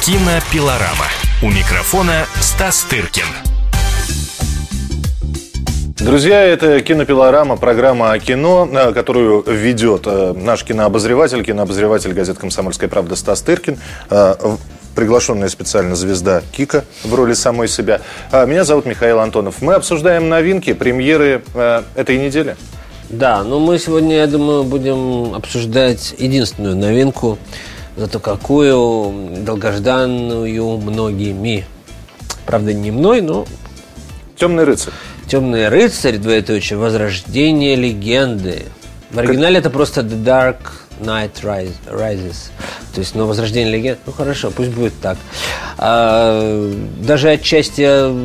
Кинопилорама. У микрофона Стас Тыркин. Друзья, это «Кинопилорама», программа о кино, которую ведет наш кинообозреватель газеты «Комсомольская правда» Стас Тыркин, приглашенная специально звезда Кика в роли самой себя. Меня зовут Михаил Антонов. Мы обсуждаем новинки, премьеры этой недели. Да, но мы сегодня, я думаю, будем обсуждать единственную новинку, зато какую, долгожданную многими. Правда, не мной, но... «Темный рыцарь». «Темный рыцарь», двоеточие, «Возрождение легенды». В оригинале это просто «The Dark Knight Rises». То есть, «Возрождение легенды». Ну, хорошо, пусть будет так. Даже отчасти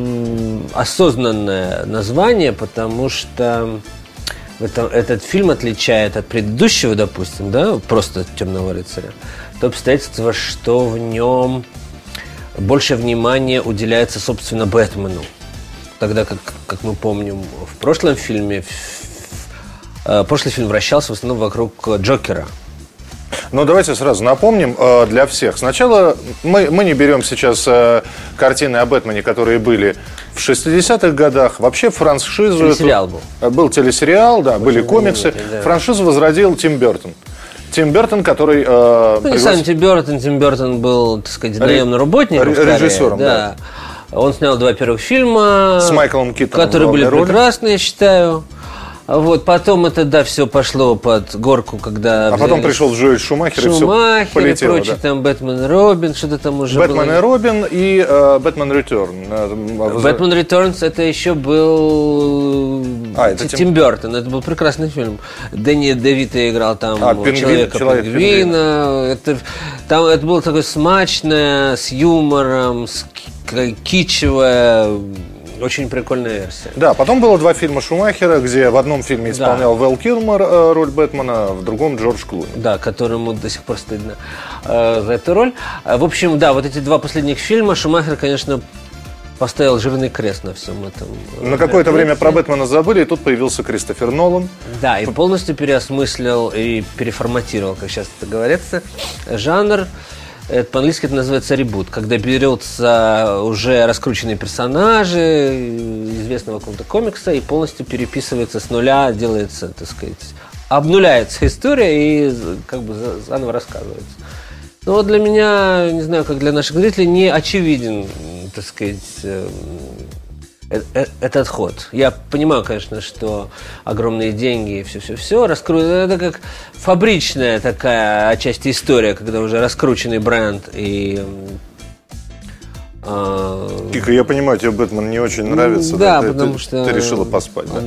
осознанное название, потому что этот фильм отличает от предыдущего, допустим, да, просто «Темного рыцаря», то обстоятельство, что в нем больше внимания уделяется, собственно, Бэтмену. Тогда, как мы помним, в прошлом фильме прошлый фильм вращался в основном вокруг Джокера. Но давайте сразу напомним для всех. Сначала мы не берем сейчас картины о Бэтмене, которые были в 60-х годах. Вообще франшизу... Телесериал был. Был телесериал, да, были комиксы. Да. Франшизу возродил Тим Бертон. Тим Бертон, который... не сам Тим Бертон был, так сказать, наемным работником. Режиссером, да. Он снял 2 первых фильма, с Майклом Китоном, которые были прекрасны, я считаю. Вот, потом это, да, все пошло под горку, когда... А потом пришел Джоэль Шумахер, и все полетело. И прочее, да. Там Бэтмен и Робин, что-то там уже Бэтмен было. и Робин и Бэтмен Ретерн. Бэтмен Ретернс это еще был Тим Бертон. Это был прекрасный фильм. Дэнни Девито играл там Человека-пингвина. Это было такое смачное, с юмором, кичевое. Очень прикольная версия. Да, потом было 2 фильма Шумахера, где в одном фильме исполнял Вэл Килмер роль Бэтмена, в другом Джордж Клуни. Да, которому до сих пор стыдно за эту роль. В общем, да, вот эти 2 последних фильма Шумахер, конечно, поставил жирный крест на всем этом. На какое-то время про Бэтмена забыли, и тут появился Кристофер Нолан. Да, и полностью переосмыслил и переформатировал, как сейчас это говорится, жанр. Это, по-английски это называется ребут, когда берется уже раскрученные персонажи известного какого-то комикса и полностью переписывается с нуля, делается, так сказать, обнуляется история и как бы заново рассказывается. Но вот для меня, не знаю, как для наших зрителей, не очевиден, так сказать, этот ход. Я понимаю, конечно, что огромные деньги и все раскрутят. Это как фабричная такая отчасти история, когда уже раскрученный бренд и... Кика, я понимаю, тебе Бэтмен не очень нравится. Да, потому что... Ты решила поспать, да? Она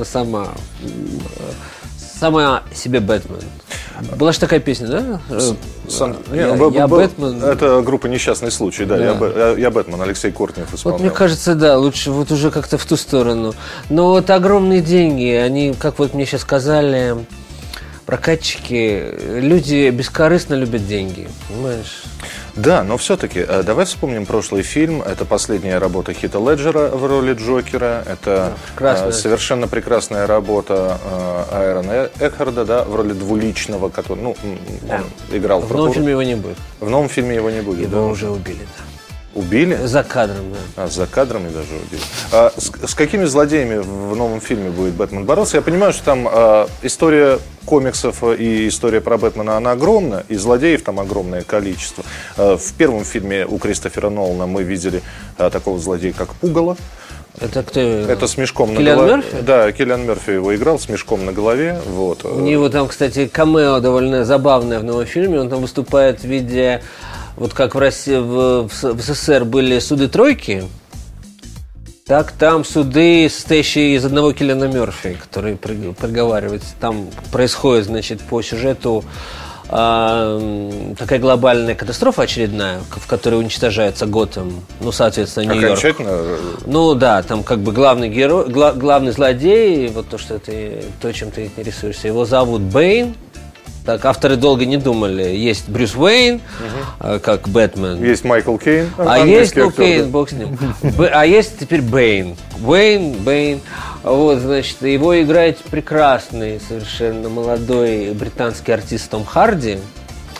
сама себе Бэтмен. Была же такая песня, да? Я Бэтмен. Это группа «Несчастный случай», да. Я Бэтмен, Алексей Кортнев исполнял. Вот мне кажется, да, лучше вот уже как-то в ту сторону. Но вот огромные деньги, они, как вот мне сейчас сказали, прокатчики, люди бескорыстно любят деньги, понимаешь? Да, но все-таки давай вспомним прошлый фильм. Это последняя работа Хита Леджера в роли Джокера. Это совершенно прекрасная работа Аарона Экхарда, да, в роли двуличного, который, он играл. В новом фильме его не будет. В новом фильме его не будет. Его уже убили, да. Убили? За кадром, да. За кадрами даже убили. С какими злодеями в новом фильме будет Бэтмен бороться? Я понимаю, что там история комиксов и история про Бэтмена, она огромна, и злодеев там огромное количество. В первом фильме у Кристофера Нолана мы видели такого злодея, как Пугало. Это кто? Это с мешком на голове. Киллиан Мерфи? Да, Киллиан Мерфи его играл с мешком на голове. Вот. У него там, кстати, камео довольно забавное в новом фильме. Он там выступает в виде... Вот как в России, в СССР были суды тройки, так там суды, состоящие из одного Киллиана Мерфи, который приговаривает. Там происходит, значит, по сюжету такая глобальная катастрофа очередная, в которой уничтожается Готэм, соответственно, Нью-Йорк. Окончательно? Да, там как бы главный герой, главный злодей, вот то, чем ты интересуешься, его зовут Бэйн. Так, авторы долго не думали. Есть Брюс Уэйн, как Бэтмен. Есть Майкл Кейн. Есть Кейн, бог с ним. А есть теперь Бэйн. Бэйн. Вот, значит, его играет прекрасный, совершенно молодой британский артист Том Харди.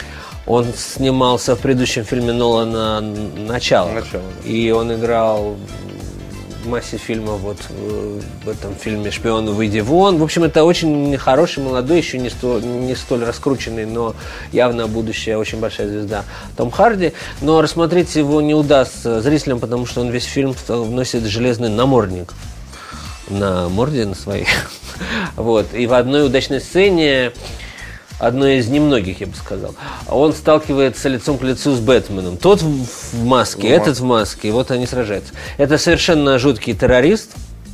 Он снимался в предыдущем фильме Нолана «Начало». «Начало», да. И он играл в массе фильмов, вот в этом фильме «Шпион, выйди вон». В общем, это очень хороший, молодой, еще не столь раскрученный, но явно будущая очень большая звезда Том Харди. Но рассмотреть его не удастся зрителям, потому что он весь фильм носит железный намордник на морде, на своей. Вот. И в одной удачной сцене, одной из немногих, я бы сказал, он сталкивается лицом к лицу с Бэтменом. Тот в маске, этот в маске, и вот они сражаются. Это совершенно жуткий террорист,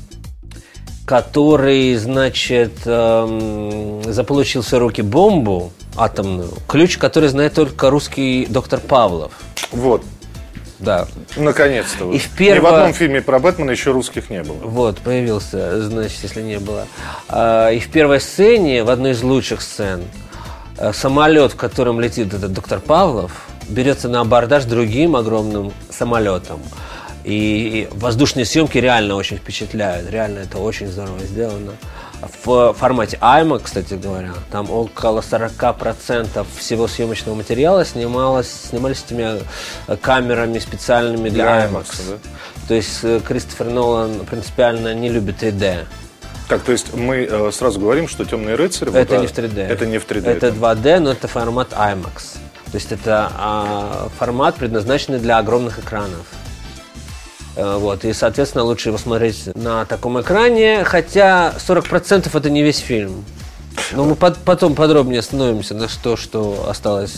который, значит, заполучил в свои руки бомбу атомную, ключ, который знает только русский доктор Павлов. Вот. Да. Наконец-то. И Ни в одном фильме про Бэтмена еще русских не было. Вот, появился, значит, если не было. И в первой сцене, в одной из лучших сцен, самолет, в котором летит этот доктор Павлов, берется на абордаж другим огромным самолетом. И воздушные съемки реально очень впечатляют. Реально это очень здорово сделано. В формате IMAX, кстати говоря, там около 40% всего съемочного материала снимались этими камерами специальными для IMAX. Да? То есть Кристофер Нолан принципиально не любит 3D. Так, то есть мы сразу говорим, что «Темный рыцарь» это не в 3D. Это не в 3D. Это 2D, но это формат IMAX. То есть это формат, предназначенный для огромных экранов. Вот, и, соответственно, лучше его смотреть на таком экране, хотя 40% это не весь фильм. Но мы потом подробнее остановимся на что осталось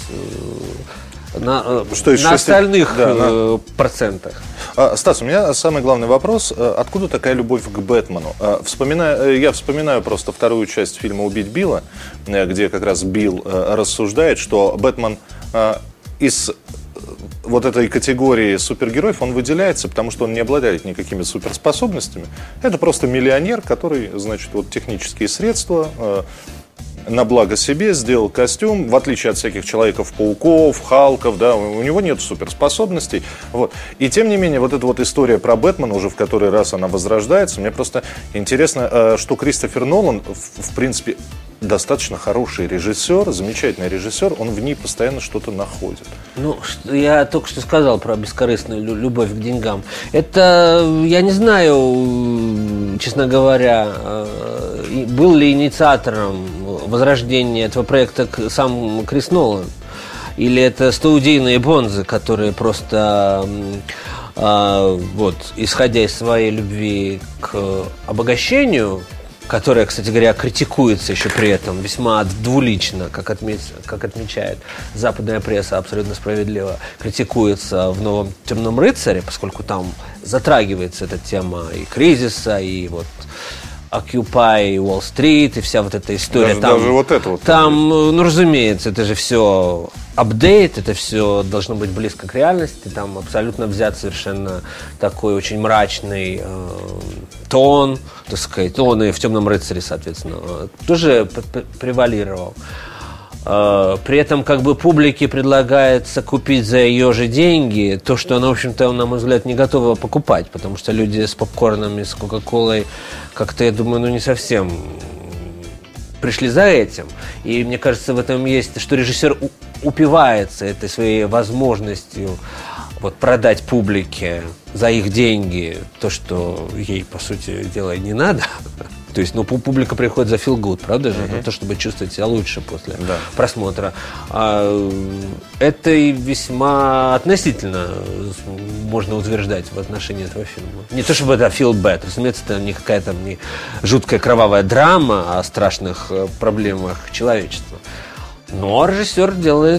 на остальных процентах. Стас, у меня самый главный вопрос. Откуда такая любовь к Бэтмену? Я вспоминаю просто вторую часть фильма «Убить Билла», где как раз Билл рассуждает, что Бэтмен из вот этой категории супергероев он выделяется, потому что он не обладает никакими суперспособностями. Это просто миллионер, который, значит, вот технические средства на благо себе сделал костюм, в отличие от всяких Человеков-пауков, Халков, да, у него нет суперспособностей. Вот. И тем не менее, вот эта вот история про Бэтмена, уже в который раз она возрождается, мне просто интересно, что Кристофер Нолан, в принципе, достаточно хороший режиссер, замечательный режиссер, он в ней постоянно что-то находит. Ну, я только что сказал про бескорыстную любовь к деньгам. Это, я не знаю, честно говоря, был ли инициатором возрождения этого проекта сам Крис Нолан, или это студийные бонзы, которые просто, вот, исходя из своей любви к обогащению, которая, кстати говоря, критикуется еще при этом весьма двулично, как отмечает западная пресса, абсолютно справедливо, критикуется в «Новом темном рыцаре», поскольку там затрагивается эта тема и кризиса, и вот Occupy Wall Street, и вся вот эта история. Даже вот это вот. Там, ну, разумеется, это же все апдейт, это все должно быть близко к реальности, там абсолютно взят совершенно такой очень мрачный тон, так сказать, он и в «Темном рыцаре», соответственно, тоже превалировал. При этом как бы публике предлагается купить за ее же деньги то, что она, в общем-то, на мой взгляд, не готова покупать, потому что люди с попкорном и с кока-колой как-то, я думаю, ну не совсем пришли за этим. И мне кажется, в этом есть, что режиссер упивается этой своей возможностью вот, продать публике за их деньги то, что ей, по сути дела, и не надо. То есть, ну, публика приходит за feel good, правда же? На то, чтобы чувствовать себя лучше после просмотра. Это и весьма относительно можно утверждать в отношении этого фильма. Не то, чтобы это feel bad. Разумеется, это не какая-то не жуткая кровавая драма о страшных проблемах человечества. Но режиссер делает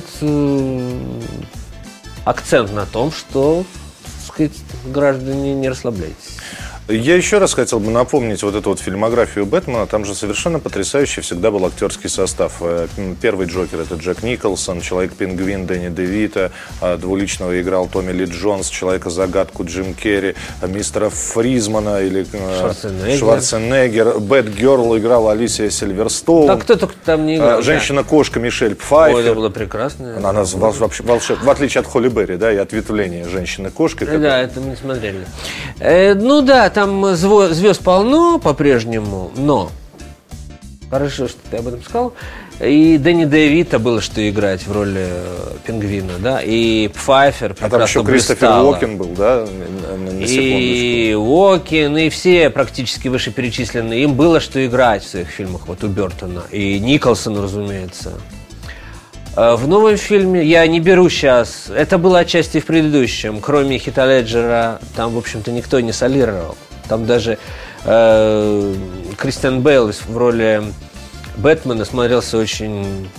акцент на том, что, так сказать, граждане, не расслабляйтесь. Я еще раз хотел бы напомнить вот эту вот фильмографию Бэтмена. Там же совершенно потрясающий всегда был актерский состав. Первый Джокер — это Джек Николсон, Человек-пингвин Дэнни Девито, двуличного играл Томми Ли Джонс, Человека-загадку Джим Керри, мистера Фризмана или Шварценеггер, Бэтгерл играл Алисия Сильверстоун. Так кто только там не играл. Женщина-кошка Мишель Пфайффер. Ой, это было прекрасно. Она вообще волшебная. В отличие от Холли Берри, да, и ответвления женщины-кошки. Да, это мы не смотрели. Ну да, там звезд полно по-прежнему, но хорошо, что ты об этом сказал. И Дэнни Девито было что играть в роли пингвина, да, и Пфайфер прекрасно там еще Кристофер Уокен был, да, на и Уокен, и все практически вышеперечисленные. Им было что играть в своих фильмах, вот у Бертона. И Николсону, разумеется. В новом фильме я не беру сейчас, это было отчасти в предыдущем, кроме Хита Леджера, там, в общем-то, никто не солировал. Там даже Кристиан Бейл в роли Бэтмена смотрелся очень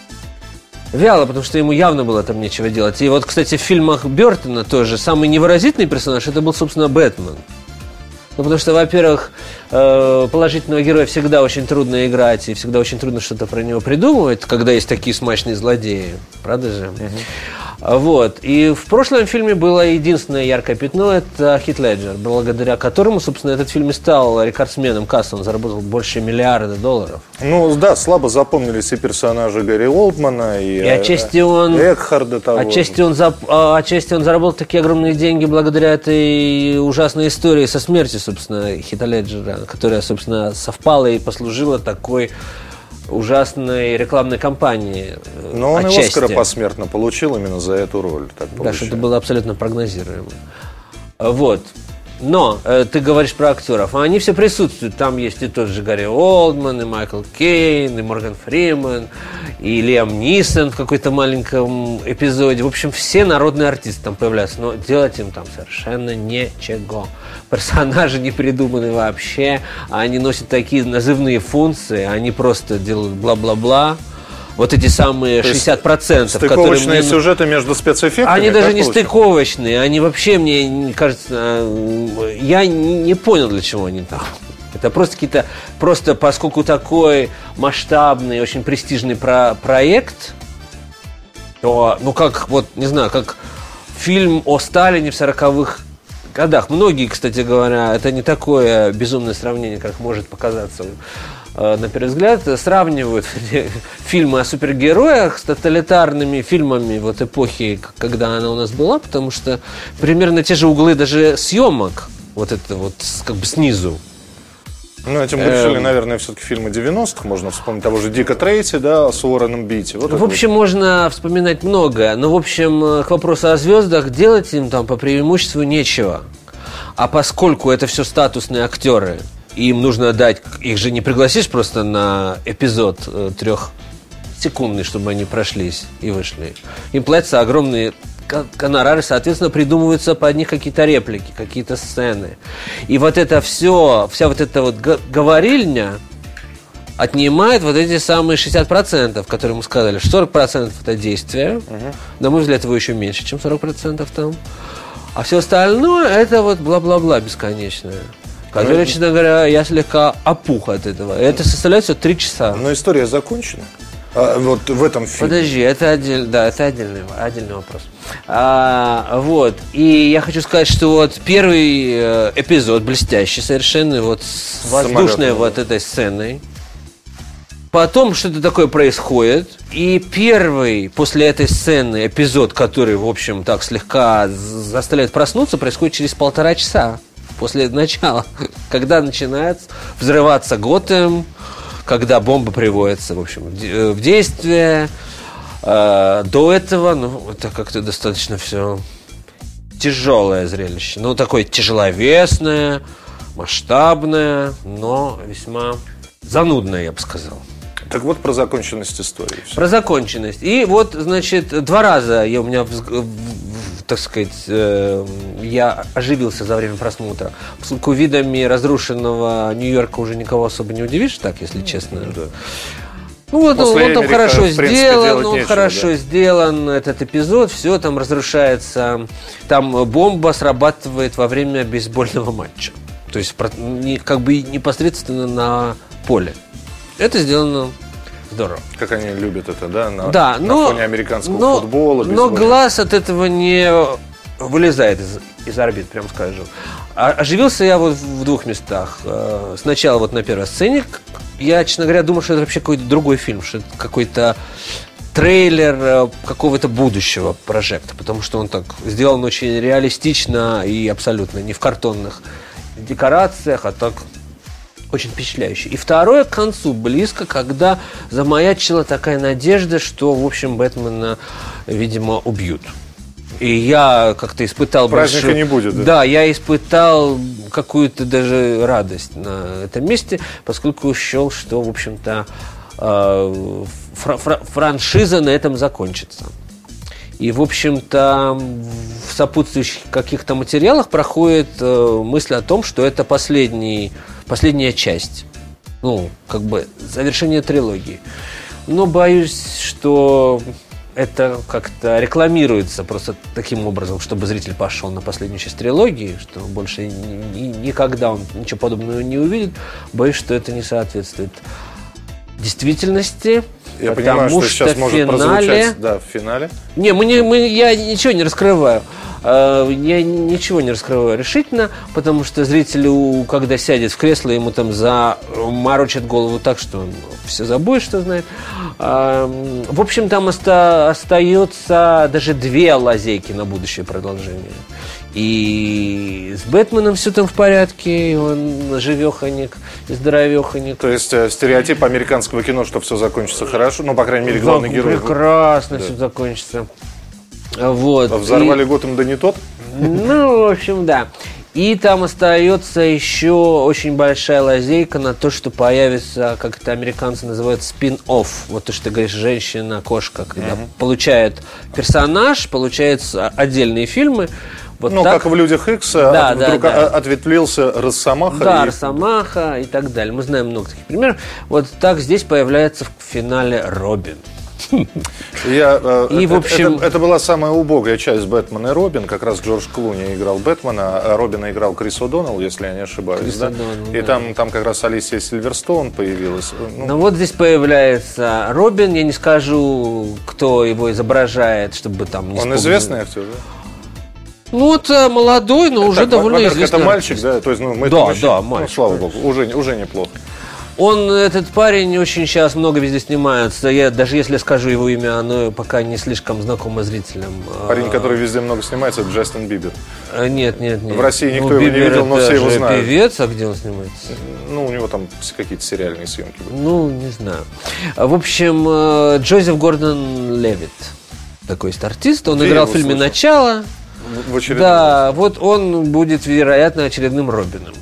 вяло, потому что ему явно было там нечего делать. И вот, кстати, в фильмах Бертона тоже самый невыразительный персонаж это был, собственно, Бэтмен. Ну, потому что, во-первых, положительного героя всегда очень трудно играть, и всегда очень трудно что-то про него придумывать, когда есть такие смачные злодеи. Правда же? Вот. И в прошлом фильме было единственное яркое пятно – это Хит Леджер, благодаря которому, собственно, этот фильм и стал рекордсменом кассы. Он заработал больше $1 миллиард. Ну, да, слабо запомнились и персонажи Гарри Олдмана, и отчасти он, Экхарда того. Отчасти он заработал такие огромные деньги благодаря этой ужасной истории со смертью, собственно, Хита Леджера, которая, собственно, совпала и послужила такой ужасной рекламной кампании. Но он и Оскара посмертно получил именно за эту роль. Да, что это было абсолютно прогнозируемо. Вот. Но ты говоришь про актеров, а они все присутствуют. Там есть и тот же Гарри Олдман, и Майкл Кейн, и Морган Фриман, и Лиам Нисон в какой-то маленьком эпизоде. В общем, все народные артисты там появляются, но делать им там совершенно ничего. Персонажи не придуманы вообще, они носят такие назывные функции, они просто делают бла-бла-бла. Вот эти самые 60%, стыковочные сюжеты между спецэффектами. Они даже не стыковочные, они вообще, мне кажется, я не понял, для чего они там. Это просто какие-то, просто поскольку такой масштабный, очень престижный проект, то, ну как, вот, не знаю, как фильм о Сталине в 40-х годах. Многие, кстати говоря, это не такое безумное сравнение, как может показаться на первый взгляд, сравнивают фильмы о супергероях с тоталитарными фильмами вот эпохи, когда она у нас была, потому что примерно те же углы даже съемок, вот это вот как бы снизу. Ну, этим грешили, наверное, все-таки фильмы 90-х. Можно вспомнить того же Дика Трейси, да, с Уорреном Битти. Вот в общем, можно вспоминать многое. Но, в общем, к вопросу о звездах, делать им там по преимуществу нечего. А поскольку это все статусные актеры, им нужно дать, их же не пригласишь просто на эпизод 3-секундный, чтобы они прошлись и вышли. Им платятся огромные гонорары, соответственно, придумываются под них какие-то реплики, какие-то сцены. И вот это все, вся вот эта вот говорильня отнимает вот эти самые 60%, которые мы сказали. 40% это действие. На мой взгляд, его еще меньше, чем 40% там. А все остальное это вот бла-бла-бла бесконечное. Которое, честно говоря, я слегка опух от этого. Это составляет все 3 часа. Но история закончена. Вот в этом фильме. Подожди, это отдельный вопрос. Вот. И я хочу сказать, что вот первый эпизод блестящий совершенно, вот с воздушной вот этой сценой. Потом что-то такое происходит. И первый после этой сцены эпизод, который, в общем, так слегка заставляет проснуться, происходит через 1,5 часа. После начала, когда начинает взрываться Готэм, когда бомба приводится, в общем, в действие. До этого, ну, это как-то достаточно все тяжелое зрелище. Ну, такое тяжеловесное, масштабное, но весьма занудное, я бы сказал. Так вот про законченность истории. Про законченность. И вот, значит, 2 раза у меня, так сказать, я оживился за время просмотра. Поскольку видами разрушенного Нью-Йорка уже никого особо не удивишь, так, если честно. Да. Ну, вот он там хорошо сделан, сделан этот эпизод, все там разрушается. Там бомба срабатывает во время бейсбольного матча. То есть, как бы непосредственно на поле. Это сделано здорово. Как они любят это, да? На фоне американского футбола. Но глаз от этого не вылезает из орбит, прям скажу. Оживился я вот в 2 местах. Сначала вот на первой сцене. Я, честно говоря, думал, что это вообще какой-то другой фильм, что это какой-то трейлер какого-то будущего прожекта, потому что он так сделан очень реалистично и абсолютно не в картонных декорациях, а так Очень впечатляющий. И второе к концу близко, когда замаячила такая надежда, что, в общем, Бэтмена, видимо, убьют. И я как-то испытал... Праздника не будет, да? Да, я испытал какую-то даже радость на этом месте, поскольку счел, что, в общем-то, франшиза на этом закончится. И, в общем-то, в сопутствующих каких-то материалах проходит мысль о том, что это последняя часть. Как бы завершение трилогии. Но боюсь, что это как-то рекламируется просто таким образом, чтобы зритель пошел на последнюю часть трилогии, что больше никогда он ничего подобного не увидит. Боюсь, что это не соответствует действительности. Я понимаю, что сейчас может прозвучать, в финале. Я ничего не раскрываю. Я ничего не раскрываю решительно, потому что зрителю, когда сядет в кресло, ему там заморочат голову так, что он все забудет, что знает. В общем, там остается даже 2 лазейки на будущее продолжение. И с Бэтменом все там в порядке, он живеханик и здоровеханик. То есть стереотип американского кино, что все закончится хорошо, по крайней мере, главный герой. Прекрасно все закончится. Вот. Взорвали Готэм, да не тот? В общем, да. И там остается еще очень большая лазейка на то, что появится, как это американцы называют, спин-офф. Вот то, что ты говоришь, женщина-кошка, когда получает персонаж, получаются отдельные фильмы. Вот как в «Людях Икс» вдруг ответвился Росомаха. Да, Росомаха и так далее. Мы знаем много таких примеров. Вот так здесь появляется в финале Робин. В общем... Это была самая убогая часть «Бэтмена и Робин». Как раз Джордж Клуни играл Бэтмена, а Робина играл Крис О'Доннелл, если я не ошибаюсь. И там как раз Алисия Сильверстоун появилась. Вот здесь появляется Робин. Я не скажу, кто его изображает, чтобы там не Он известный актер, да? Молодой, но уже довольно известный. Это мальчик, да? То есть, мальчик. Слава богу, уже неплохо. Этот парень очень сейчас много везде снимается. Даже если скажу его имя, оно пока не слишком знакомо зрителям. Парень, который везде много снимается, это Джастин Бибер. Нет. В России никто его не видел, но все его знают. Певец, а где он снимается? У него там какие-то сериальные съемки были. Не знаю. В общем, Джозеф Гордон-Левитт. Такой есть артист. Он играл в фильме «Начало». В очередной раз. Вот он будет, вероятно, очередным Робином.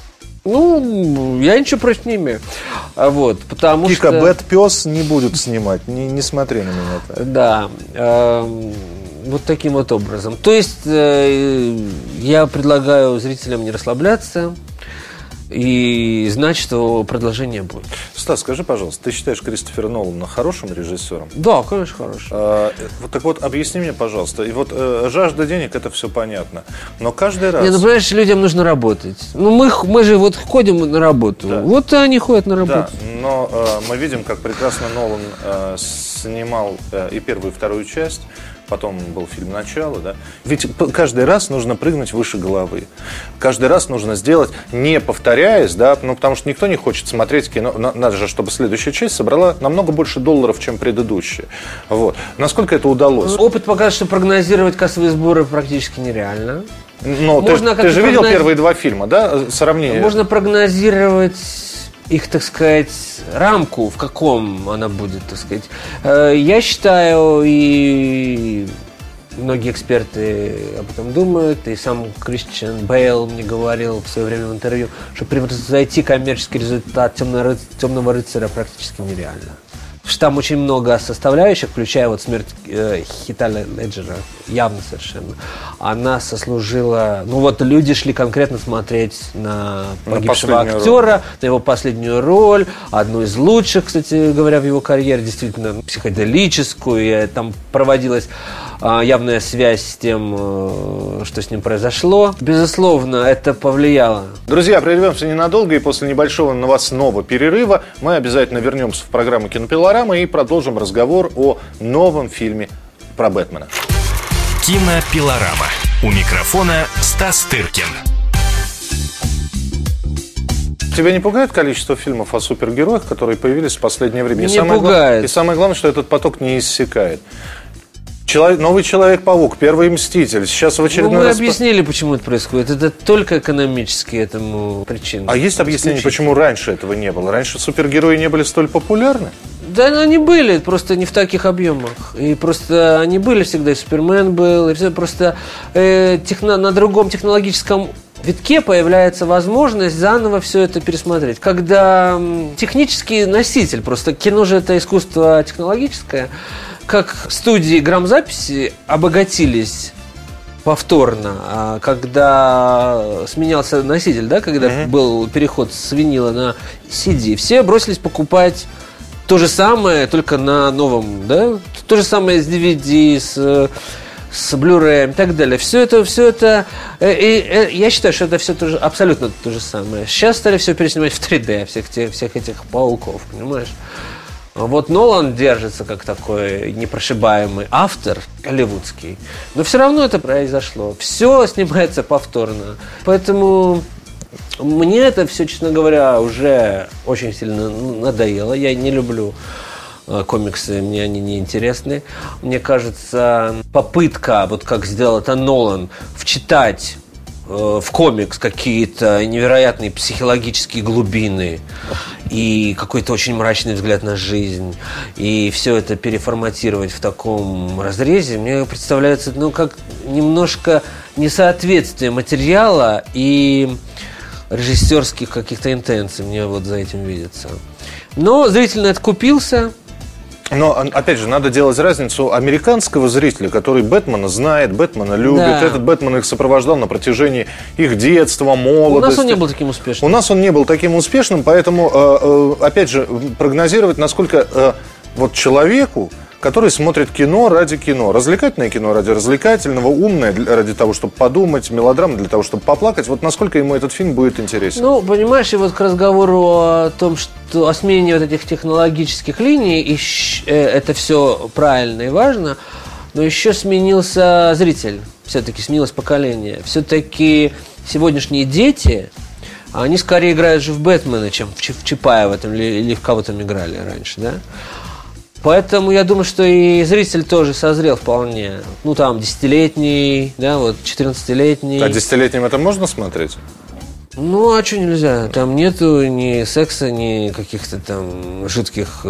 Я ничего против не имею. Потому Кика, что... Бэт, пес не будут снимать. Не смотри на меня так. Да. Вот таким вот образом. То есть я предлагаю зрителям не расслабляться и знать, что продолжение будет. Стас, скажи, пожалуйста, ты считаешь Кристофера Нолана хорошим режиссером? Да, конечно, хорошим. Объясни мне, пожалуйста. И жажда денег, это все понятно. Но каждый раз... понимаешь, людям нужно работать. Мы же ходим на работу. Да. Они ходят на работу. Да, но мы видим, как прекрасно Нолан снимал и первую, и вторую часть. Потом был фильм «Начало», да? Ведь каждый раз нужно прыгнуть выше головы. Каждый раз нужно сделать, не повторяясь, да, потому что никто не хочет смотреть кино. Надо же, чтобы следующая часть собрала намного больше долларов, чем предыдущая. Насколько это удалось? Опыт показывает, что прогнозировать кассовые сборы практически нереально. Но ты же видел первые 2 фильма, да? Сравнение. Можно прогнозировать их, так сказать, рамку, в каком она будет, так сказать. Я считаю, и многие эксперты об этом думают, и сам Кристиан Бейл мне говорил в свое время в интервью, что превзойти коммерческий результат «Темного рыцаря» практически нереально. Потому что там очень много составляющих, включая смерть Хита Леджера, явно совершенно. Она сослужила... люди шли конкретно смотреть на погибшего актера, на его последнюю роль, одну из лучших, кстати говоря, в его карьере, действительно психоделическую, и там проводилась явная связь с тем, что с ним произошло. Безусловно, это повлияло. Друзья, прервемся ненадолго, и после небольшого новостного перерыва мы обязательно вернемся в программу «Кинопилорама» и продолжим разговор о новом фильме про Бэтмена. Кинопилорама. У микрофона Стас Тыркин. Тебя не пугает количество фильмов о супергероях, которые появились в последнее время? Не пугает. И самое главное, что этот поток не иссякает. Новый Человек-паук, Первый Мститель. Сейчас в очередной мы раз... объяснили, почему это происходит. Это только экономические этому причины. А есть объяснение, почему раньше этого не было? Раньше супергерои не были столь популярны? Да, они были, просто не в таких объемах. И просто они были всегда, и Супермен был, и все. Просто на другом технологическом витке появляется возможность заново все это пересмотреть. Когда технический носитель, просто кино же это искусство технологическое, как студии грамзаписи обогатились повторно, когда сменялся носитель, да, когда был переход с винила на CD, все бросились покупать то же самое, только на новом, да, то же самое с DVD, с Blu-ray и так далее. Все это, я считаю, что это все тоже, абсолютно то же самое. Сейчас стали все переснимать в 3D, всех этих пауков, понимаешь? Вот Нолан держится как такой непрошибаемый автор голливудский, но все равно это произошло. Все снимается повторно. Поэтому мне это все, честно говоря, уже очень сильно надоело. Я не люблю комиксы, мне они не интересны. Мне кажется, попытка, вот как сделал это Нолан, вчитать в комикс какие-то невероятные психологические глубины и какой-то очень мрачный взгляд на жизнь, и все это переформатировать в таком разрезе, мне представляется, как немножко несоответствие материала и режиссерских каких-то интенций, мне вот за этим видится. Но зритель на это купился. Но, опять же, надо делать разницу американского зрителя, который Бэтмена знает, Бэтмена любит. Да. Этот Бэтмен их сопровождал на протяжении их детства, молодости. У нас он не был таким успешным. У нас он не был таким успешным, поэтому, опять же, прогнозировать, насколько вот человеку, который смотрит кино ради кино, развлекательное кино ради развлекательного, умное ради того, чтобы подумать, мелодрама для того, чтобы поплакать, вот насколько ему этот фильм будет интересен. Ну, понимаешь, и вот к разговору о том, что о смене вот этих технологических линий, и это все правильно и важно, но еще сменился зритель, все-таки сменилось поколение. Все-таки сегодняшние дети, они скорее играют же в Бэтмена, чем в Чапаева там, или в кого там играли раньше, да? Поэтому я думаю, что и зритель тоже созрел вполне. Ну, там, 10-летний, да, вот, 14-летний. А 10-летним это можно смотреть? Ну, а что нельзя? Там нету ни секса, ни каких-то там жутких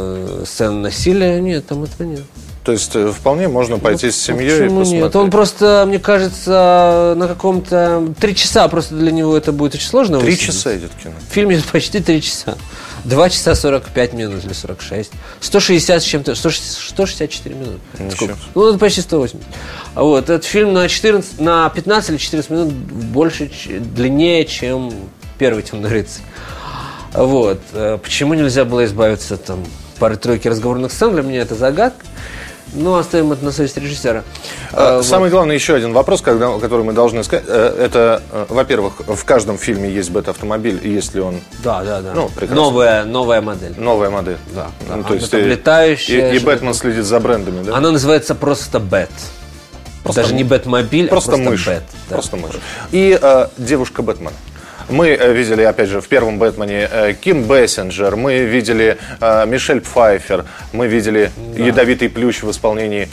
сцен насилия. Нет, там этого нет. То есть вполне можно пойти с семьей и посмотреть? Нет? Он просто, мне кажется, на каком-то... 3 часа просто для него это будет очень сложно. 3 часа идет кино? Фильм идет почти 3 часа. 2 часа 45 минут или 46. 160 с чем-то, 164 минуты. Сколько? Ну, это почти 180. Вот, этот фильм на 15 или 14 минут больше, длиннее, чем первый «Темный рыцарь». Вот. Почему нельзя было избавиться там пары-тройки разговорных сцен, для меня это загадка. Ну, оставим это на совесть режиссера. Самый главный еще один вопрос, который мы должны сказать. Это, во-первых, в каждом фильме есть бэт-автомобиль, и если он... Да. Ну, прекрасно. Новая модель. Новая модель. Да. Ну, то есть летающая. И Бэтмен следит за брендами, да? Она называется просто Бэт. Даже не Бэтмобиль, просто мышь. Бэт. Да. Просто мышь. И девушка Бэтмена. Мы видели, опять же, в первом «Бэтмене» Ким Бессинджер, мы видели Мишель Пфайффер, мы видели «Ядовитый плющ» в исполнении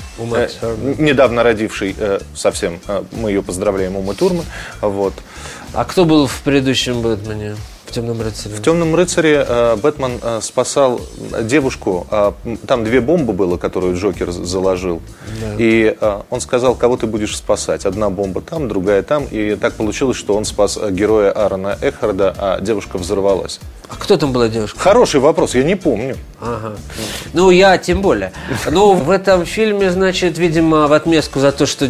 недавно родившей совсем, мы ее поздравляем, Умы Турман. Вот. А кто был в предыдущем «Бэтмене»? В «Темном рыцаре»? В «Темном рыцаре» Бэтмен спасал девушку. Там 2 бомбы было, которую Джокер заложил. Да. И он сказал, кого ты будешь спасать. Одна бомба там, другая там. И так получилось, что он спас героя Аарона Экхарда, а девушка взорвалась. А кто там была девушка? Хороший вопрос, я не помню. Ага. Ну, я тем более. Ну, в этом фильме, значит, видимо, в отместку за то, что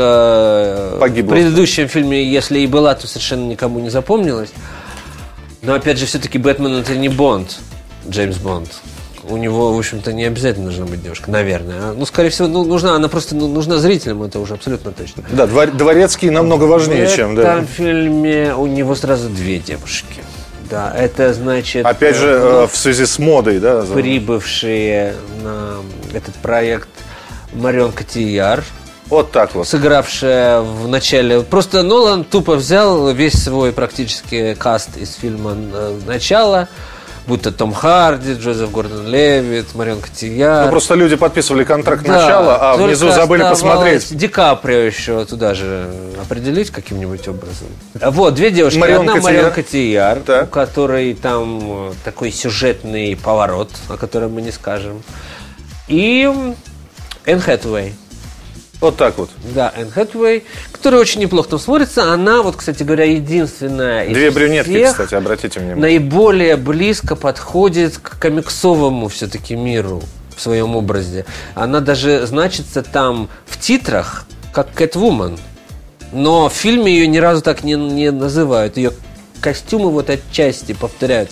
девушка погибла. В предыдущем фильме, если и была, то совершенно никому не запомнилась. Но, опять же, все-таки Бэтмен – это не Бонд, Джеймс Бонд. У него, в общем-то, не обязательно должна быть девушка, наверное. Ну, скорее всего, она просто нужна зрителям, это уже абсолютно точно. Да, Дворецкий намного важнее, чем... В этом фильме у него сразу 2 девушки. Да, это значит... Опять же, в связи с модой, да? Прибывшие на этот проект Марион Котийяр. Вот так вот. Сыгравшая в начале... Просто Нолан тупо взял весь свой практически каст из фильма «Начало», будто Том Харди, Джозеф Гордон-Левитт, Марион Котийяр. Ну, просто люди подписывали контракт начала, а внизу забыли посмотреть. Ди Каприо еще туда же определить каким-нибудь образом. Вот, две девушки. Марион Одна Котийяр. Марион Котийяр, Так. у которой там такой сюжетный поворот, о котором мы не скажем. И Энн Хэтэуэй. Вот так вот. Да, Энн Хэтэуэй, которая очень неплохо там смотрится. Она, вот, кстати говоря, единственная из Две брюнетки, всех кстати, обратите внимание. наиболее близко подходит к комиксовому все-таки миру в своем образе. Она даже значится там в титрах как Кэтвумен. Но в фильме ее ни разу так не называют. Ее костюмы вот отчасти повторяют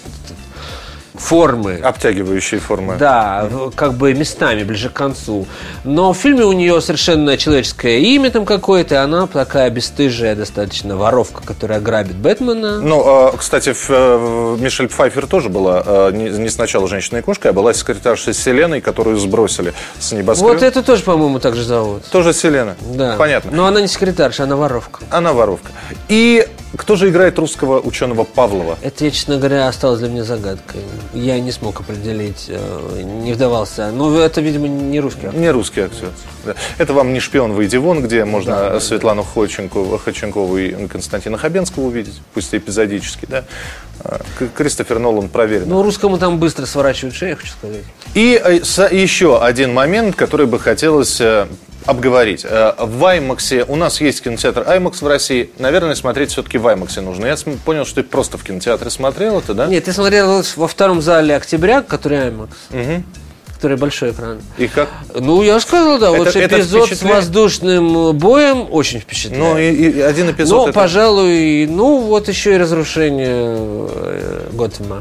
формы. Обтягивающие формы. Да, как бы местами, ближе к концу. Но в фильме у нее совершенно человеческое имя там какое-то. Она такая бесстыжая достаточно воровка, которая грабит Бэтмена. Ну, кстати, Мишель Пфайффер тоже была не сначала женщиной и кошкой, а была секретаршей Селеной, которую сбросили с небоскреба. Вот эту тоже, по-моему, так же зовут. Тоже Селена. Да. Понятно. Но она не секретарша, она воровка. Она воровка. И кто же играет русского ученого Павлова? Это, честно говоря, осталось для меня загадкой. Я не смог определить, не вдавался. Но это, видимо, не русский актер. Не русский актер. Да. Это вам не «Шпион, выйди вон», где можно Светлану Ходченкову и Константина Хабенского увидеть, пусть и эпизодически, да. Кристофер Нолан проверен. Ну, русскому там быстро сворачивают шею, я хочу сказать. И еще один момент, который бы хотелось обговорить. В IMAX, у нас есть кинотеатр IMAX в России, наверное, смотреть все-таки в IMAX нужно. Я понял, что ты просто в кинотеатре смотрел это, да? Нет, ты смотрел во втором зале «Октября», который IMAX, который большой экран. И как? Ну, я сказал, да, вот Это эпизод с впечатляет? воздушным боем очень впечатляет. Ну, и один эпизод. Но, пожалуй, ну, вот еще и разрушение Готэма.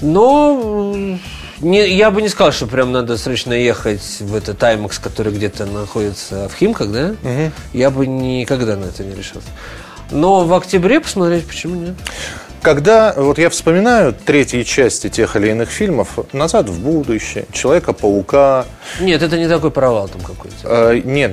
Но я бы не сказал, что прям надо срочно ехать в этот IMAX, который где-то находится в Химках, да? Я бы никогда на это не решился. Но в октябре посмотреть, почему нет? Когда вот я вспоминаю третьи части тех или иных фильмов, «Назад в будущее», «Человека-паука». Нет, это не такой провал там какой-то. Нет,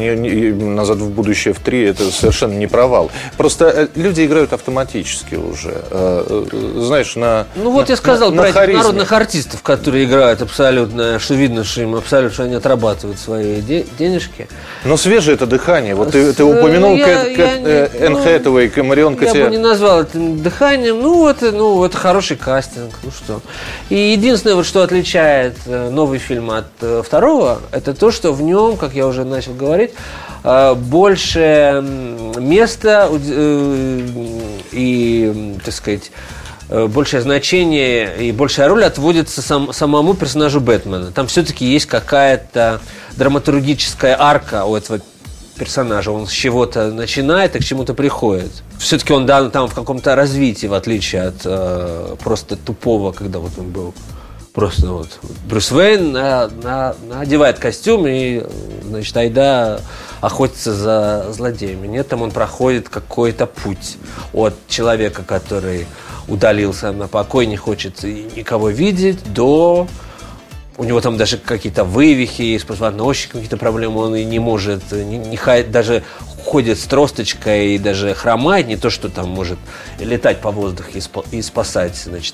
«Назад в будущее» в 3 это совершенно не провал. Просто люди играют автоматически уже. Знаешь, Ну вот я сказал на про этих харизме. народных артистов, которые играют абсолютно, что видно, что им абсолютно, что они отрабатывают свои денежки. Но свежее это дыхание. Вот ты упомянул Энн Хэтэуэй, Марион Я бы Котийяр. не назвал это дыханием. Это хороший кастинг. Ну что. И единственное, вот, что отличает новый фильм от второго, это то, что в нем, как я уже начал говорить, больше места и, так сказать, большее значение и большая роль отводится самому персонажу Бэтмена. Там все-таки есть какая-то драматургическая арка у этого персонажа. Он с чего-то начинает и к чему-то приходит. Все-таки он там в каком-то развитии, в отличие от просто тупого, когда вот он был просто вот Брюс Уэйн надевает костюм и, значит, айда охотится за злодеями. Нет, там он проходит какой-то путь от человека, который удалился на покой, не хочет никого видеть, до... У него там даже какие-то вывихи есть, позвоночник, какие-то проблемы, он и не может, даже ходит с тросточкой и даже хромает, не то, что там может летать по воздуху и спасать, значит,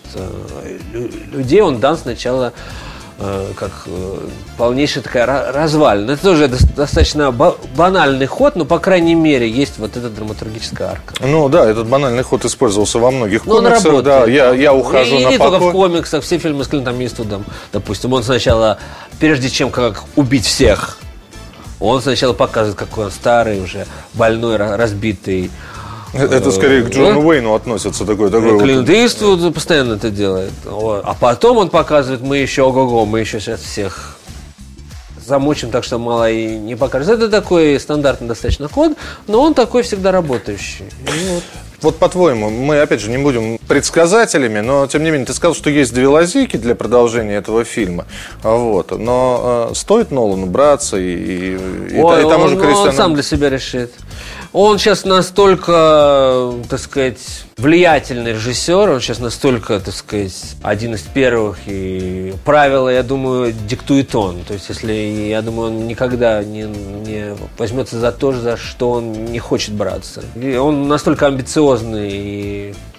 людей. Он дан сначала как полнейшая такая развалина. Это тоже достаточно банальный ход, но, по крайней мере, есть вот эта драматургическая арка. Ну да, этот банальный ход использовался во многих Но комиксах. он работает. Да, я ухожу и на не покой. только в комиксах, все фильмы с Клинтом Иствудом, допустим, он сначала, прежде чем как убить всех, он сначала показывает, какой он старый, уже больной, разбитый. Это скорее к Джону Уэйну относится такой Клинт Иствуд постоянно это делает. А потом он показывает, мы еще ого-го, мы еще сейчас всех замучим, так что мало и не покажет. Это такой стандартный достаточно ход, но он такой всегда работающий. Вот по-твоему, мы, опять же, не будем предсказателями, но, тем не менее, ты сказал, что есть две лазейки для продолжения этого фильма. Вот. Но стоит Нолану браться и тому же Кристоферу... Он сам для себя решит. Он сейчас настолько, так сказать, влиятельный режиссер, он сейчас настолько, так сказать, один из первых, и правила, я думаю, диктует он. То есть, я думаю, он никогда не возьмется за то, за что он не хочет браться. И он настолько амбициозный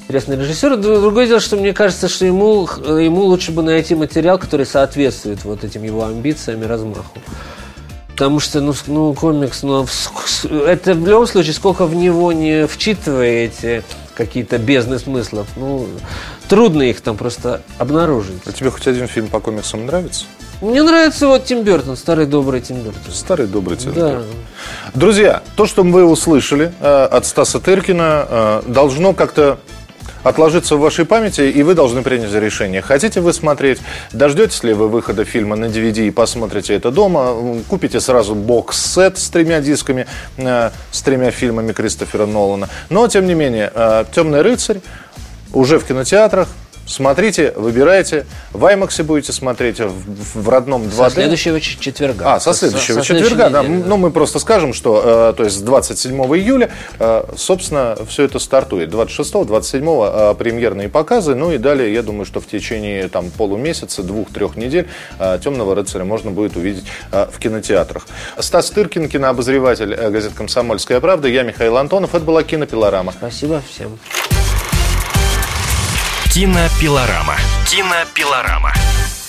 интересный режиссер. Другое дело, что мне кажется, что ему лучше бы найти материал, который соответствует вот этим его амбициям и размаху. Потому что, комикс, это в любом случае, сколько в него не вчитываете какие-то бездны смыслов, трудно их там просто обнаружить. А тебе хоть один фильм по комиксам нравится? Мне нравится вот Тим Бёртон, старый добрый Тим Бёртон. Старый добрый Тим Да. Бёртон. Друзья, то, что вы услышали от Стаса Тыркина, должно как-то отложиться в вашей памяти, и вы должны принять решение. Хотите вы смотреть, дождетесь ли вы выхода фильма на DVD и посмотрите это дома, купите сразу бокс-сет с 3 дисками, с 3 фильмами Кристофера Нолана. Но, тем не менее, «Темный рыцарь» уже в кинотеатрах. Смотрите, выбирайте. В IMAX будете смотреть, в родном 2D. Со следующего четверга. Со следующего четверга, да. Ну, мы просто скажем, что то есть с 27 июля, собственно, все это стартует. 26-го, 27-го премьерные показы. Ну и далее, я думаю, что в течение полумесяца, 2-3 недель «Темного рыцаря» можно будет увидеть в кинотеатрах. Стас Тыркин, кинообозреватель газеты «Комсомольская правда». Я Михаил Антонов. Это была «Кинопилорама». Спасибо всем. Кинопилорама. Кинопилорама.